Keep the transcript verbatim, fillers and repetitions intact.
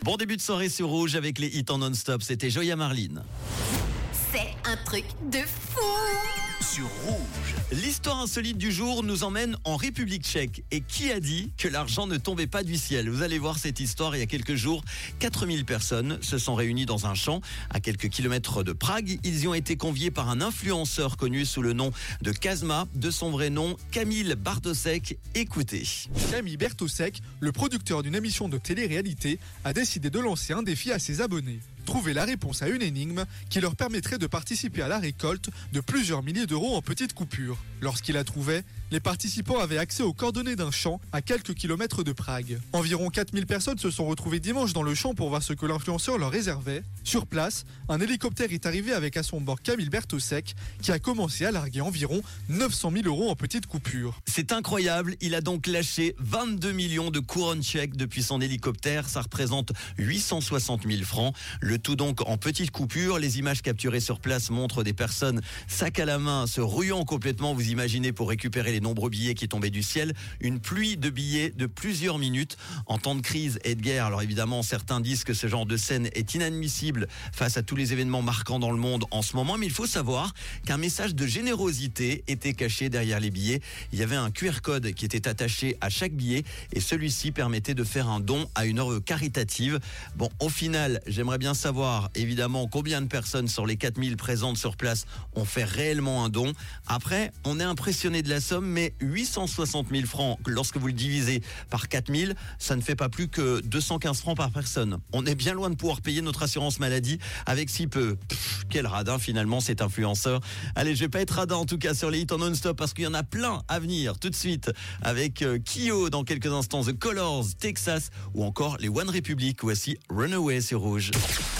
Bon début de soirée sur Rouge avec les hits en non-stop. C'était Joya Marlene. C'est un truc de fou sur Rouge. L'histoire insolite du jour nous emmène en République tchèque. Et qui a dit que l'argent ne tombait pas du ciel? Vous allez voir cette histoire. Il y a quelques jours, quatre mille personnes se sont réunies dans un champ à quelques kilomètres de Prague. Ils y ont été conviés par un influenceur connu sous le nom de Kazma, de son vrai nom Kamil Bartosek. Écoutez. Kamil Bartosek, le producteur d'une émission de télé-réalité, a décidé de lancer un défi à ses abonnés. Trouver la réponse à une énigme qui leur permettrait de participer à la récolte de plusieurs milliers d'euros en petites coupures. Lorsqu'il la trouvait, les participants avaient accès aux coordonnées d'un champ à quelques kilomètres de Prague. Environ quatre mille personnes se sont retrouvées dimanche dans le champ pour voir ce que l'influenceur leur réservait. Sur place, un hélicoptère est arrivé avec à son bord Kamil Bartosek qui a commencé à larguer environ neuf cent mille euros en petites coupures. C'est incroyable, il a donc lâché vingt-deux millions de couronnes tchèques depuis son hélicoptère, ça représente huit cent soixante mille francs. Le tout donc en petites coupures. Les images capturées sur place montrent des personnes sac à la main se ruant complètement, vous imaginez, pour récupérer les nombreux billets qui tombaient du ciel. Une pluie de billets de plusieurs minutes en temps de crise et de guerre. Alors évidemment, certains disent que ce genre de scène est inadmissible face à tous les événements marquants dans le monde en ce moment, mais il faut savoir qu'un message de générosité était caché derrière les billets. Il y avait un Q R code qui était attaché à chaque billet et celui-ci permettait de faire un don à une œuvre caritative. Bon, au final, j'aimerais bien savoir évidemment combien de personnes sur les quatre mille présentes sur place ont fait réellement un don. Après, on est impressionné de la somme, mais huit cent soixante mille francs, lorsque vous le divisez par quatre mille, ça ne fait pas plus que deux cent quinze francs par personne. On est bien loin de pouvoir payer notre assurance maladie avec si peu. Pff, quel radin finalement cet influenceur. Allez, je vais pas être radin en tout cas sur les hits en non-stop parce qu'il y en a plein à venir tout de suite avec euh, Kyo dans quelques instants, The Colors, Texas ou encore les One Republic. Voici Runaway sur Rouge.